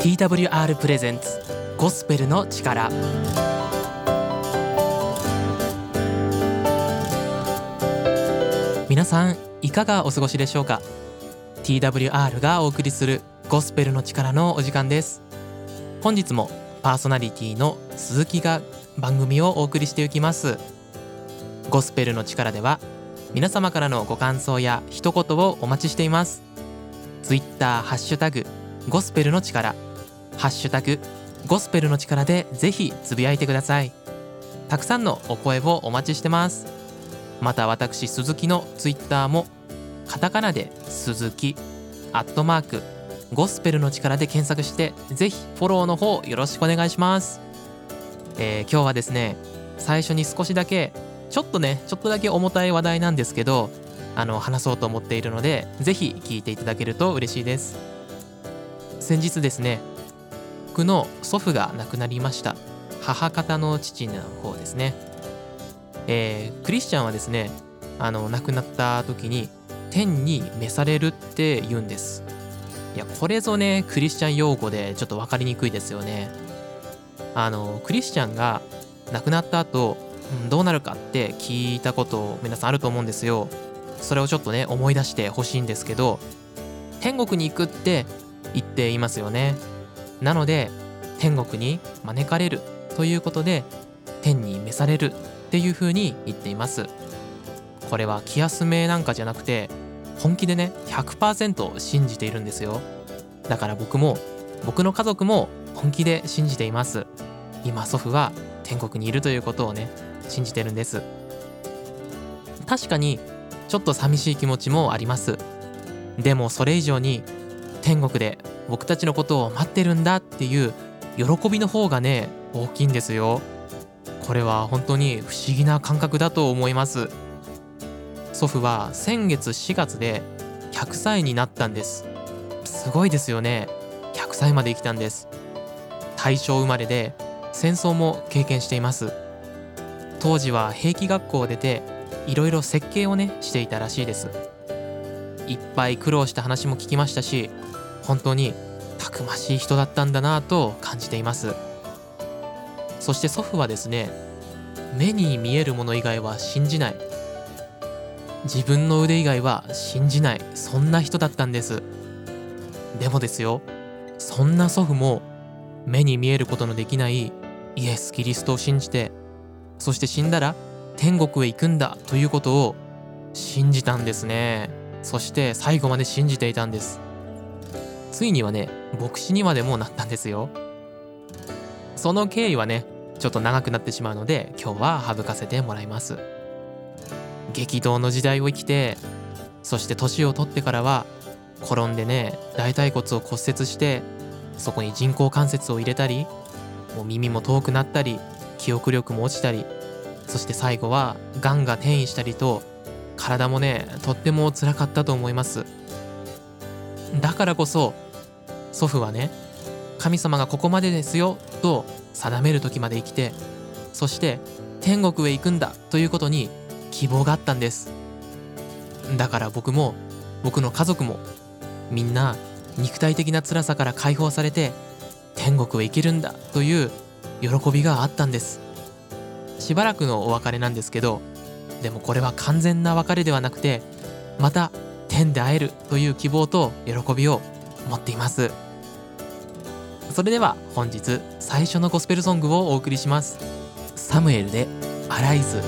TWR プレゼンツゴスペルの力。皆さんいかがお過ごしでしょうか。 TWR がお送りするゴスペルの力のお時間です。本日もパーソナリティの鈴木が番組をお送りしていきます。ゴスペルの力では皆様からのご感想や一言をお待ちしています。ツイッターハッシュタグゴスペルの力、ハッシュタグゴスペルの力でぜひつぶやいてください。たくさんのお声をお待ちしてます。また私鈴木のツイッターもカタカナで鈴木@ゴスペルの力で検索してぜひフォローの方よろしくお願いします。今日はですね、最初に少しだけちょっとだけ重たい話題なんですけど話そうと思っているのでぜひ聞いていただけると嬉しいです。先日ですね、僕の祖父が亡くなりました。母方の父の方ですね。クリスチャンはですね亡くなった時に天に召されるって言うんです。いやこれぞねクリスチャン用語でちょっと分かりにくいですよね。クリスチャンが亡くなった後どうなるかって聞いたこと皆さんあると思うんですよ。それをちょっとね思い出してほしいんですけど、天国に行くって言っていますよね。なので天国に招かれるということで天に召されるっていう風に言っています。これは気休めなんかじゃなくて本気でね 100% 信じているんですよ。だから僕の家族も本気で信じています。今祖父は天国にいるということをね信じてるんです。確かにちょっと寂しい気持ちもあります。でもそれ以上に天国で僕たちのことを待ってるんだっていう喜びの方がね大きいんですよ。これは本当に不思議な感覚だと思います。祖父は先月4月で100歳になったんです。すごいですよね。100歳まで生きたんです。大正生まれで戦争も経験しています。当時は兵器学校を出ていろいろ設計をねしていたらしいです。いっぱい苦労した話も聞きましたし、本当にたくましい人だったんだなぁと感じています。そして祖父はですね、目に見えるもの以外は信じない、自分の腕以外は信じない、そんな人だったんです。でもですよ、そんな祖父も目に見えることのできないイエス・キリストを信じて、そして死んだら天国へ行くんだということを信じたんですね。そして最後まで信じていたんです。ついにはね牧師にまでもなったんですよ。その経緯はねちょっと長くなってしまうので今日は省かせてもらいます。激動の時代を生きて、そして年を取ってからは転んでね大腿骨を骨折して、そこに人工関節を入れたり、もう耳も遠くなったり、記憶力も落ちたり、そして最後はがんが転移したりと、体もねとっても辛かったと思います。だからこそ祖父はね、神様がここまでですよと定める時まで生きて、そして天国へ行くんだということに希望があったんです。だから僕も僕の家族もみんな肉体的な辛さから解放されて天国へ行けるんだという喜びがあったんです。しばらくのお別れなんですけど、でもこれは完全な別れではなくて、また天で会えるという希望と喜びを持っています。それでは本日最初のゴスペルソングをお送りします。サムエルでアライズ。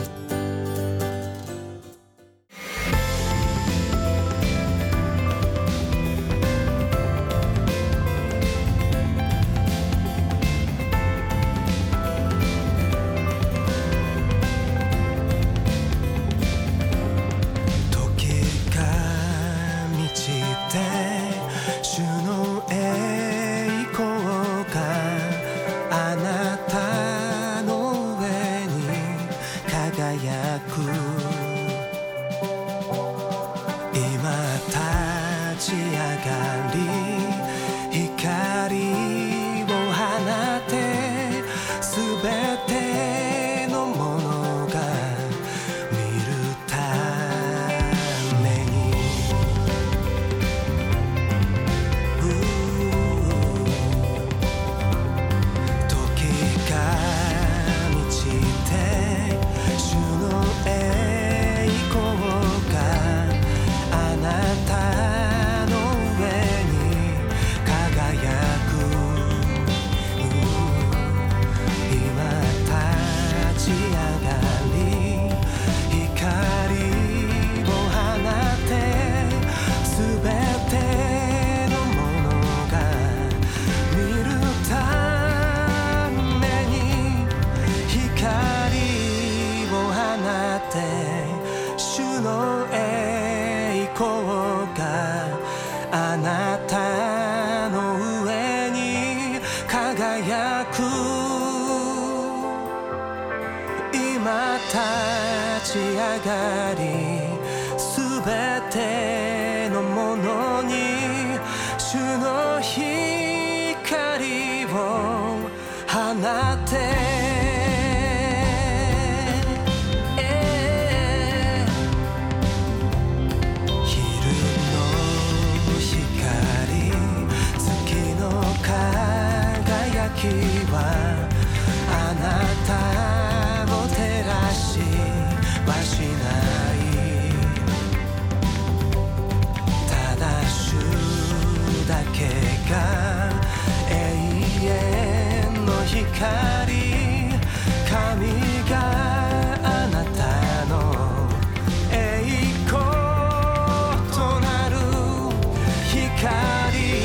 なたの上に輝く今立ち上がりすべてのものに主の光を放てあなたを照らしはしないただ主だけが永遠の光神があなたの栄光となる光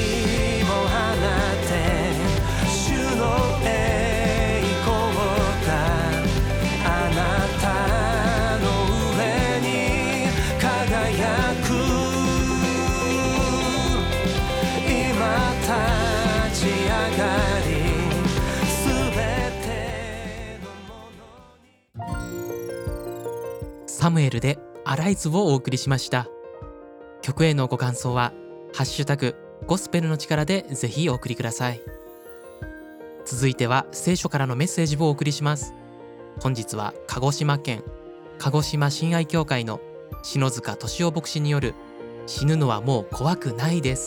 サムエルでアライズをお送りしました。曲へのご感想はハッシュタグゴスペルの力でぜひお送りください。続いては聖書からのメッセージをお送りします。本日は鹿児島県鹿児島親愛教会の篠塚敏夫牧師による死ぬのはもう怖くないです。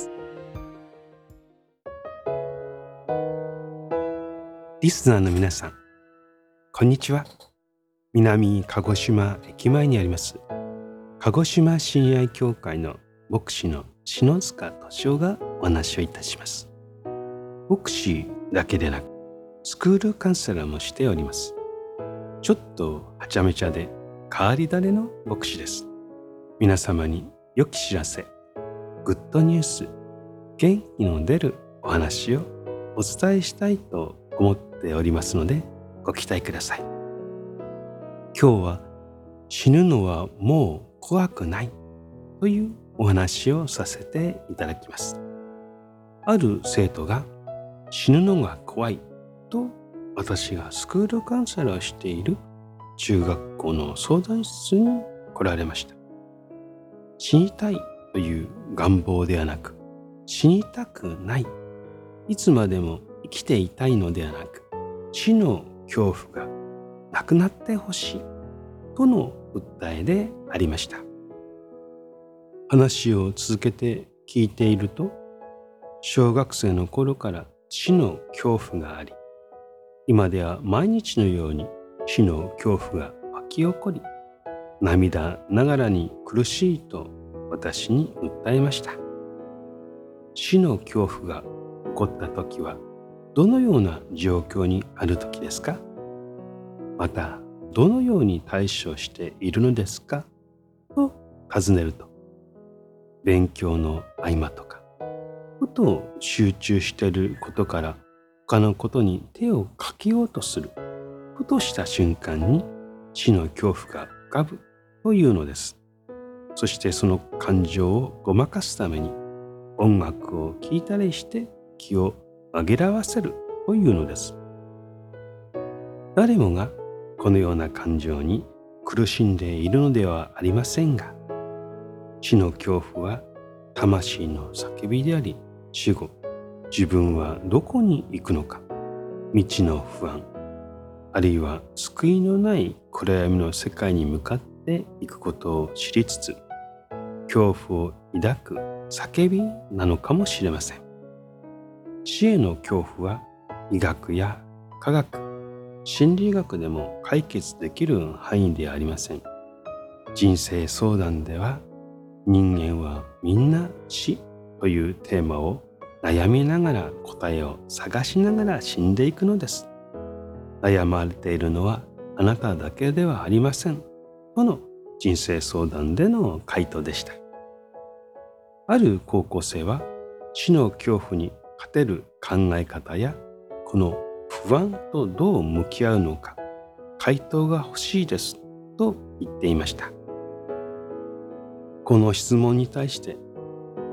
リスナーの皆さん、こんにちは。南鹿児島駅前にあります鹿児島親愛教会の牧師の篠塚敏夫がお話をいたします。牧師だけでなくスクールカウンセラーもしております。ちょっとはちゃめちゃで変わり種の牧師です。皆様に良き知らせ、グッドニュース、元気の出るお話をお伝えしたいと思っておりますのでご期待ください。今日は死ぬのはもう怖くないというお話をさせていただきます。ある生徒が死ぬのが怖いと私がスクールカウンセラーをしている中学校の相談室に来られました。死にたいという願望ではなく、死にたくない、いつまでも生きていたいのではなく、死の恐怖がなくなってほしいとの訴えでありました。話を続けて聞いていると、小学生の頃から死の恐怖があり、今では毎日のように死の恐怖が湧き起こり、涙ながらに苦しいと私に訴えました。死の恐怖が起こった時はどのような状況にある時ですか？またどのように対処しているのですかと尋ねると、勉強の合間とかふと集中していることから他のことに手をかけようとするふとした瞬間に死の恐怖が浮かぶというのです。そしてその感情をごまかすために音楽を聴いたりして気を紛らわせるというのです。誰もがこのような感情に苦しんでいるのではありませんが、死の恐怖は魂の叫びであり、死後自分はどこに行くのか、未知の不安、あるいは救いのない暗闇の世界に向かっていくことを知りつつ、恐怖を抱く叫びなのかもしれません。死への恐怖は医学や科学、心理学でも解決できる範囲ではありません。人生相談では、人間はみんな死というテーマを悩みながら答えを探しながら死んでいくのです。悩まれているのはあなただけではありませんとの人生相談での回答でした。ある高校生は死の恐怖に勝てる考え方やこの不安とどう向き合うのか回答が欲しいですと言っていました。この質問に対して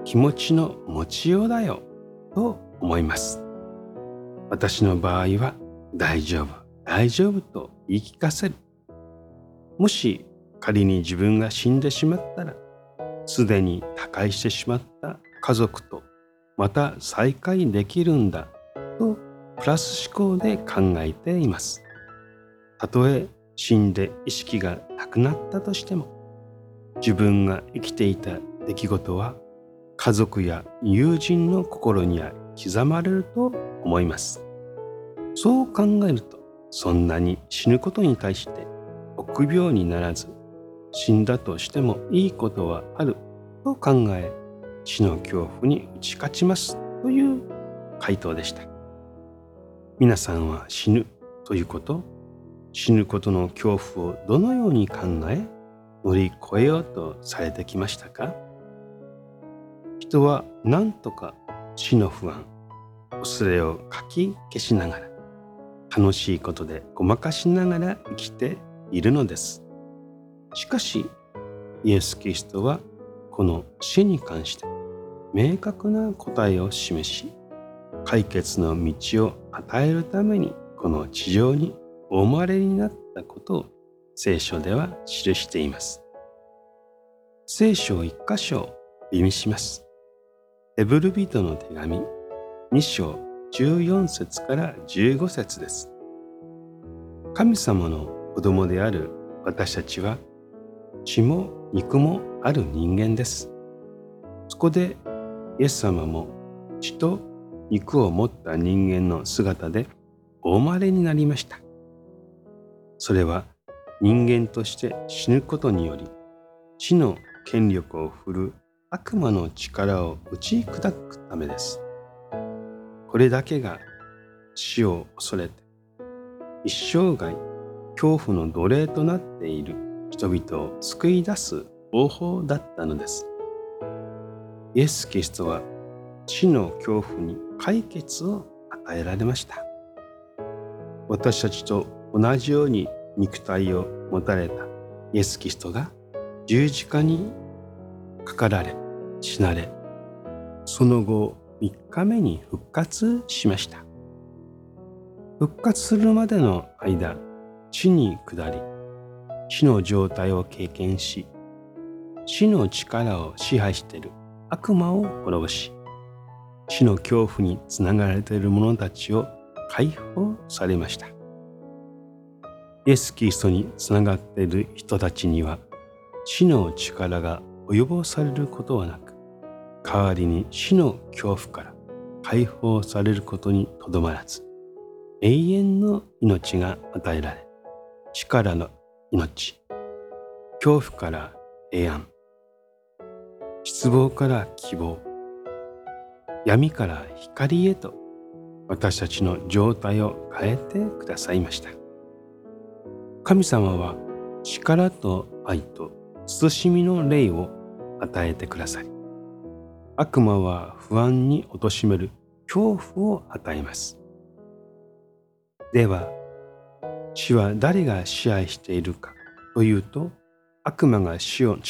気持ちの持ちようだよと思います。私の場合は大丈夫、大丈夫と言い聞かせる。もし仮に自分が死んでしまったら、すでに他界してしまった家族とまた再会できるんだとプラス思考で考えています。たとえ死んで意識がなくなったとしても、自分が生きていた出来事は家族や友人の心には刻まれると思います。そう考えると、そんなに死ぬことに対して臆病にならず、死んだとしてもいいことはあると考え、死の恐怖に打ち勝ちますという回答でした。皆さんは死ぬということ、死ぬことの恐怖をどのように考え、乗り越えようとされてきましたか？人は何とか死の不安、恐れをかき消しながら、楽しいことでごまかしながら生きているのです。しかし、イエス・キリストはこの死に関して明確な答えを示し、解決の道を与えるためにこの地上にお生まれになったことを聖書では記しています。聖書一箇所を意味します。ヘブル人の手紙2章14節から15節です。神様の子供である私たちは血も肉もある人間です。そこでイエス様も血と肉を持った人間の姿でお生まれになりました。それは人間として死ぬことにより、死の権力を振る悪魔の力を打ち砕くためです。これだけが死を恐れて一生涯恐怖の奴隷となっている人々を救い出す方法だったのです。イエス・キリストは死の恐怖に解決を与えられました。私たちと同じように肉体を持たれたイエス・キリストが十字架にかかられ、死なれ、その後3日目に復活しました。復活するまでの間、地に下り、死の状態を経験し、死の力を支配している悪魔を滅ぼし、死の恐怖につながれている者たちを解放されました。イエス・キリストにつながっている人たちには、死の力が及ぼされることはなく、代わりに死の恐怖から解放されることにとどまらず、永遠の命が与えられ、死からの命、恐怖から平安、失望から希望、闇から光へと私たちの状態を変えてくださいました。神様は力と愛と慎みの霊を与えてくださり、悪魔は不安に貶める恐怖を与えます。では、死は誰が支配しているかというと、悪魔が死の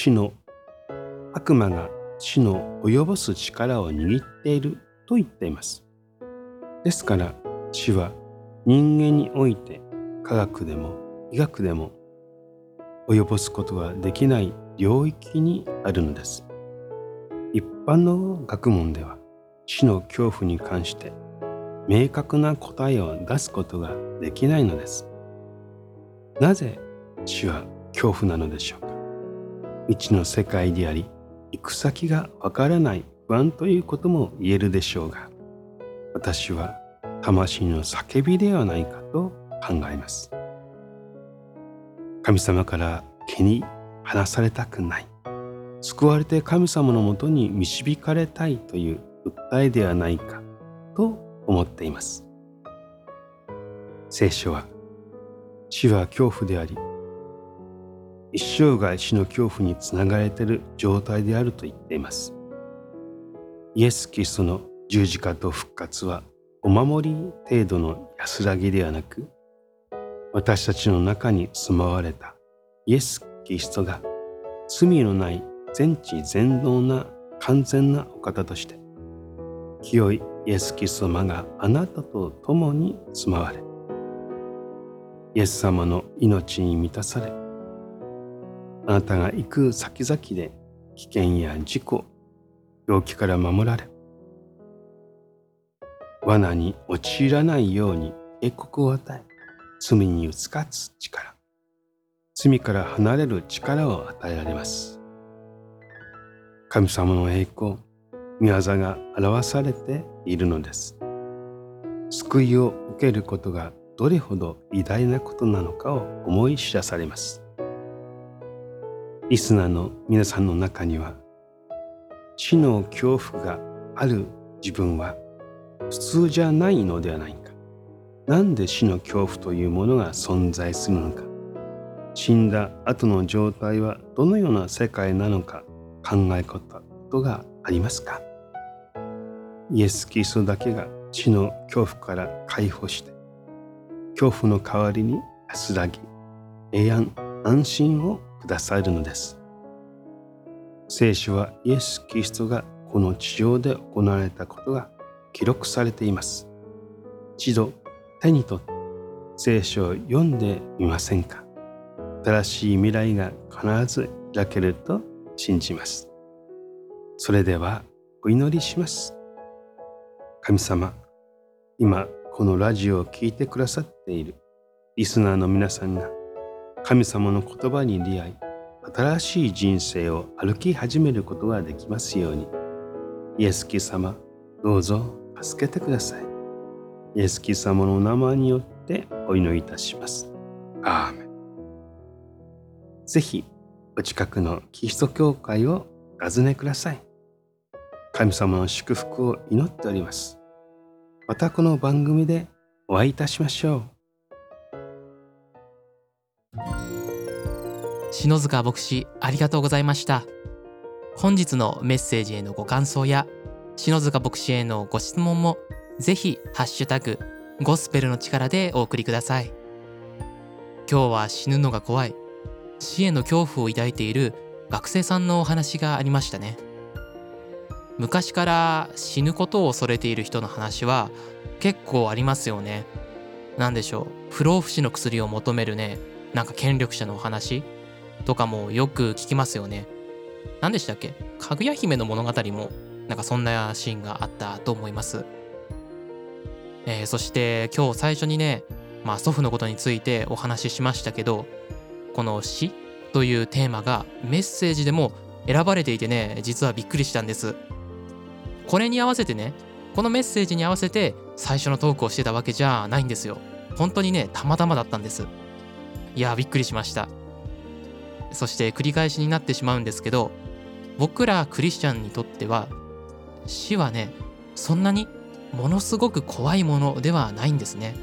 及ぼす力を握っていると言っています。ですから、死は人間において科学でも医学でも及ぼすことができない領域にあるのです。一般の学問では死の恐怖に関して明確な答えを出すことができないのです。なぜ死は恐怖なのでしょうか。未知の世界であり、行く先がわからない不安ということも言えるでしょうが、私は魂の叫びではないかと考えます。神様から毛に離されたくない、救われて神様のもとに導かれたいという訴えではないかと思っています。聖書は死は恐怖であり、一生涯死の恐怖につながれている状態であると言っています。イエス・キリストの十字架と復活はお守り程度の安らぎではなく、私たちの中に住まわれたイエス・キリストが罪のない全知全能な完全なお方として、清いイエス・キリスト様があなたと共に住まわれ、イエス様の命に満たされ、あなたが行く先々で危険や事故、病気から守られ、罠に陥らないように警告を与え、罪に打ち勝つ力、罪から離れる力を与えられます。神様の栄光、御業が表されているのです。救いを受けることがどれほど偉大なことなのかを思い知らされます。リスナーの皆さんの中には、死の恐怖がある自分は普通じゃないのではないか。なんで死の恐怖というものが存在するのか。死んだ後の状態はどのような世界なのか考えたことがありますか？イエス・キリストだけが死の恐怖から解放して、恐怖の代わりに安らぎ、平安、安心をくださるのです。聖書はイエス・キリストがこの地上で行われたことが記録されています。一度手に取って聖書を読んでみませんか？新しい未来が必ず開けると信じます。それではお祈りします。神様、今このラジオを聞いてくださっているリスナーの皆さんが神様の言葉に出会い、新しい人生を歩き始めることができますように。イエス・キリスト様、どうぞ助けてください。イエス・キリスト様の名前によってお祈りいたします。アーメン。ぜひお近くのキリスト教会をお訪ねください。神様の祝福を祈っております。またこの番組でお会いいたしましょう。 篠塚牧師、ありがとうございました。本日のメッセージへのご感想や篠塚牧師へのご質問もぜひハッシュタグゴスペルの力でお送りください。今日は死ぬのが怖い、死への恐怖を抱いている学生さんのお話がありましたね。昔から死ぬことを恐れている人の話は結構ありますよね。なんでしょう、不老不死の薬を求めるね、なんか権力者のお話とかもよく聞きますよね。何でしたっけ、かぐや姫の物語もなんかそんなシーンがあったと思います。そして今日最初にね、祖父のことについてお話ししましたけど、この死というテーマがメッセージでも選ばれていてね、実はびっくりしたんです。これに合わせてね、このメッセージに合わせて最初のトークをしてたわけじゃないんですよ。本当にね、たまたまだったんです。いや、びっくりしました。そして繰り返しになってしまうんですけど、僕らクリスチャンにとっては死はね、そんなにものすごく怖いものではないんですね。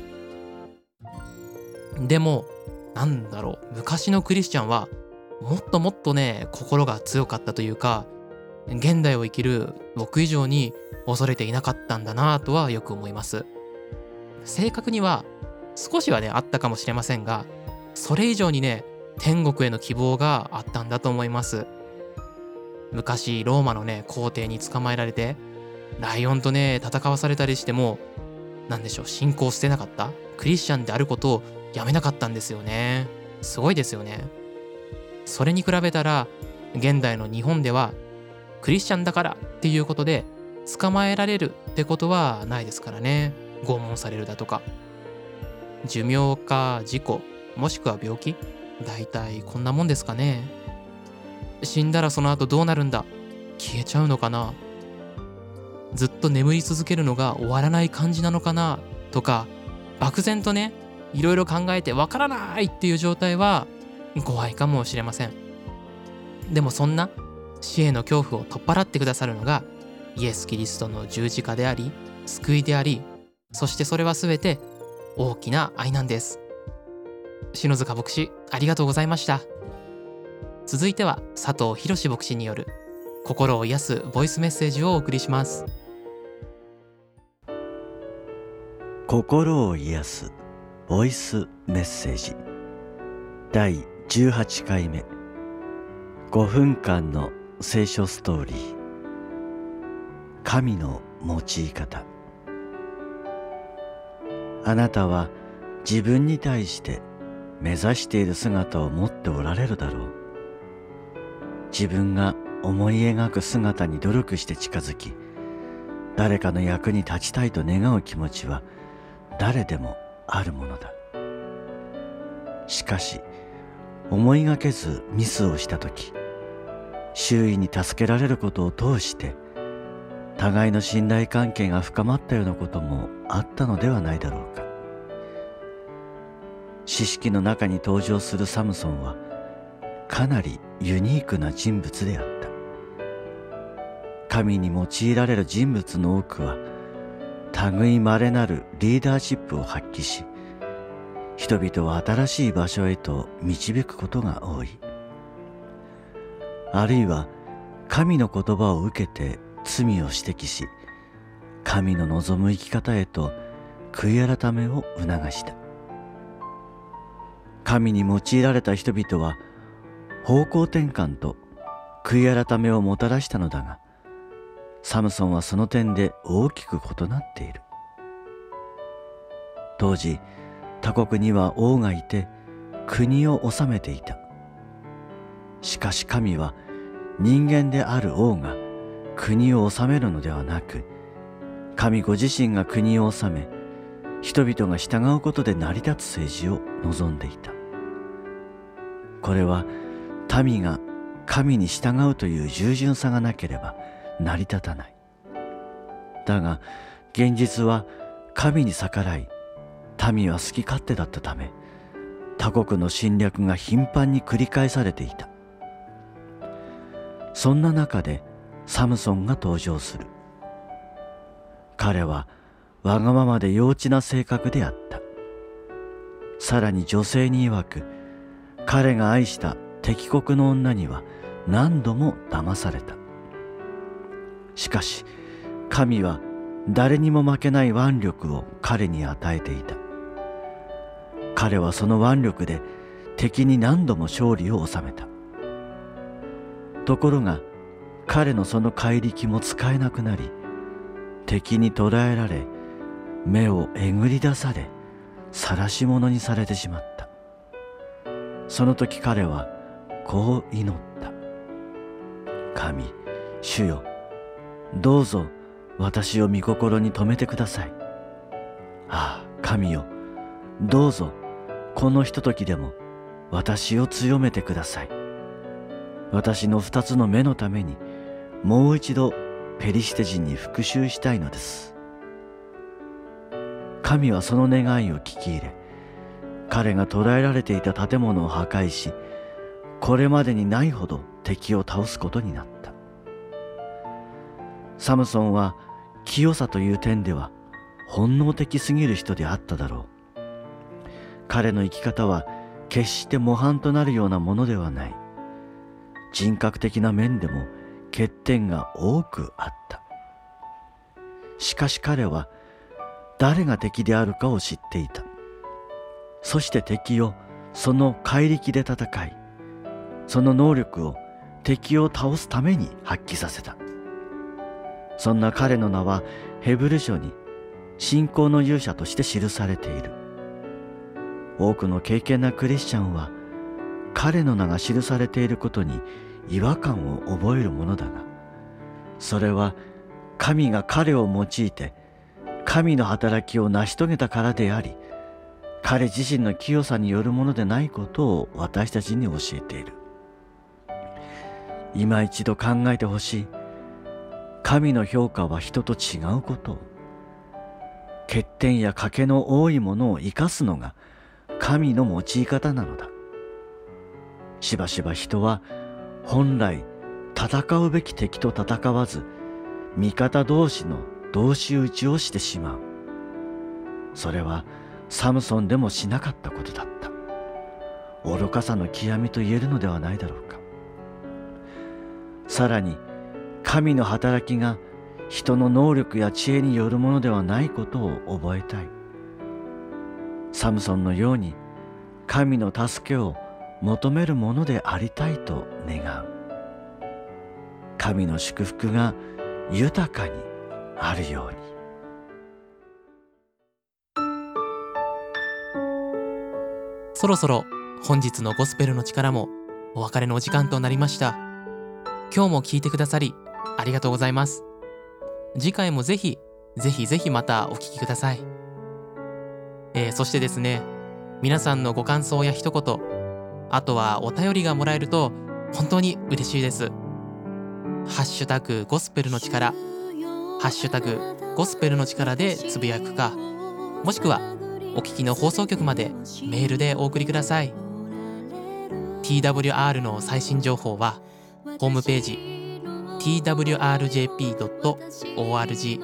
でもなんだろう、昔のクリスチャンはもっともっとね、心が強かったというか、現代を生きる僕以上に恐れていなかったんだなぁとはよく思います。正確には少しはねあったかもしれませんが、それ以上にね、天国への希望があったんだと思います。昔ローマのね皇帝に捕まえられてライオンとね戦わされたりしても、なんでしょう、信仰を捨てなかった、クリスチャンであることをやめなかったんですよね。すごいですよね。それに比べたら現代の日本ではクリスチャンだからっていうことで捕まえられるってことはないですからね。拷問されるだとか、寿命か事故もしくは病気、だいたいこんなもんですかね。死んだらその後どうなるんだ、消えちゃうのかな、ずっと眠り続けるのが終わらない感じなのかなとか、漠然とねいろいろ考えてわからないっていう状態は怖いかもしれません。でもそんな死への恐怖を取っ払ってくださるのがイエス・キリストの十字架であり、救いであり、そしてそれは全て大きな愛なんです。篠塚牧師、ありがとうございました。続いては佐藤博牧師による心を癒すボイスメッセージをお送りします。 心を癒すボイスメッセージ第18回目、5分間の聖書ストーリー。 神の用い方。あなたは自分に対して目指している姿を持っておられるだろう。自分が思い描く姿に努力して近づき、誰かの役に立ちたいと願う気持ちは誰でもあるものだ。しかし、思いがけずミスをしたとき、周囲に助けられることを通して互いの信頼関係が深まったようなこともあったのではないだろうか。詩式の中に登場するサムソンはかなりユニークな人物であった。神に用いられる人物の多くは類いまれなるリーダーシップを発揮し、人々を新しい場所へと導くことが多い。あるいは神の言葉を受けて罪を指摘し、神の望む生き方へと悔い改めを促した。神に用いられた人々は方向転換と悔い改めをもたらしたのだが、サムソンはその点で大きく異なっている。当時、他国には王がいて国を治めていた。しかし神は人間である王が国を治めるのではなく、神ご自身が国を治め、人々が従うことで成り立つ政治を望んでいた。これは民が神に従うという従順さがなければ成り立たない。だが現実は神に逆らい、民は好き勝手だったため、他国の侵略が頻繁に繰り返されていた。そんな中でサムソンが登場する。彼はわがままで幼稚な性格であった。さらに女性に曰く、彼が愛した敵国の女には何度も騙された。しかし神は誰にも負けない腕力を彼に与えていた。彼はその腕力で敵に何度も勝利を収めた。ところが彼のその怪力も使えなくなり、敵に捕らえられ、目をえぐり出され、晒し者にされてしまった。その時彼はこう祈った。神、主よ、どうぞ私を御心に留めてください。ああ、神よ、どうぞこのひとときでも私を強めてください。私の2つの目のためにもう一度ペリシテ人に復讐したいのです。神はその願いを聞き入れ、彼が捕らえられていた建物を破壊し、これまでにないほど敵を倒すことになった。サムソンは清さという点では本能的すぎる人であっただろう。彼の生き方は決して模範となるようなものではない。人格的な面でも欠点が多くあった。しかし彼は誰が敵であるかを知っていた。そして敵をその怪力で戦い、その能力を敵を倒すために発揮させた。そんな彼の名はヘブル書に信仰の勇者として記されている。多くの敬虔なクリスチャンは彼の名が記されていることに違和感を覚えるものだが、それは神が彼を用いて神の働きを成し遂げたからであり、彼自身の清さによるものでないことを私たちに教えている。今一度考えてほしい。神の評価は人と違うことを。欠点や賭けの多いものを生かすのが神の用い方なのだ。しばしば人は本来戦うべき敵と戦わず、味方同士の同士討ちをしてしまう。それはサムソンでもしなかったことだった。愚かさの極みと言えるのではないだろうか。さらに神の働きが人の能力や知恵によるものではないことを覚えたい。サムソンのように神の助けを求めるものでありたいと願う。神の祝福が豊かにあるように。 そろそろ本日のゴスペルの力もお別れのお時間となりました。今日も聞いてくださりありがとうございます。次回もぜひまたお聞きください。そしてですね、皆さんのご感想や一言、あとはお便りがもらえると本当に嬉しいです。ハッシュタグゴスペルの力、ハッシュタグゴスペルの力でつぶやくか、もしくはお聞きの放送局までメールでお送りください。 TWR の最新情報はホームページ twrjp.org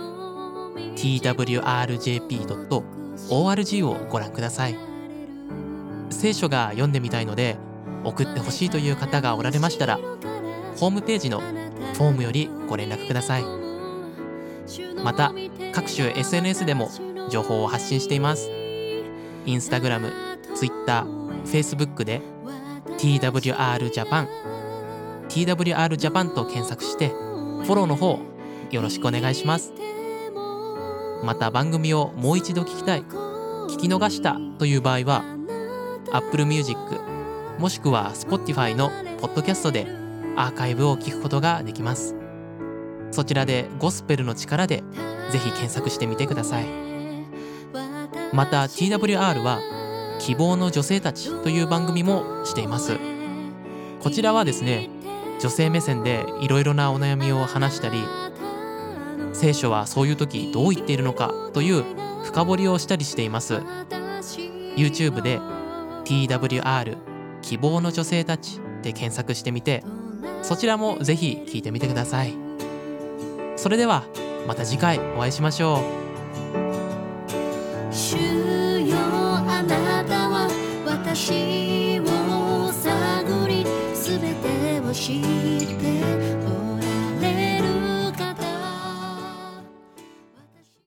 twrjp.org をご覧ください。聖書が読んでみたいので送ってほしいという方がおられましたら、ホームページのフォームよりご連絡ください。また各種 SNS でも情報を発信しています。インスタグラム、ツイッター、フェイスブックで TWR ジャパン TWR ジャパンと検索してフォローの方よろしくお願いします。また番組をもう一度聞きたい、聞き逃したという場合は Apple Music もしくは Spotify のポッドキャストでアーカイブを聞くことができます。そちらでゴスペルの力でぜひ検索してみてください。また TWR は希望の女性たちという番組もしています。こちらはですね、女性目線でいろいろなお悩みを話したり、聖書はそういう時どう言っているのかという深掘りをしたりしています。 YouTube で TWR 希望の女性たちで検索してみて、そちらもぜひ聞いてみてください。それではまた次回お会いしましょう。 主よ、あなたは私を探り、すべてを知って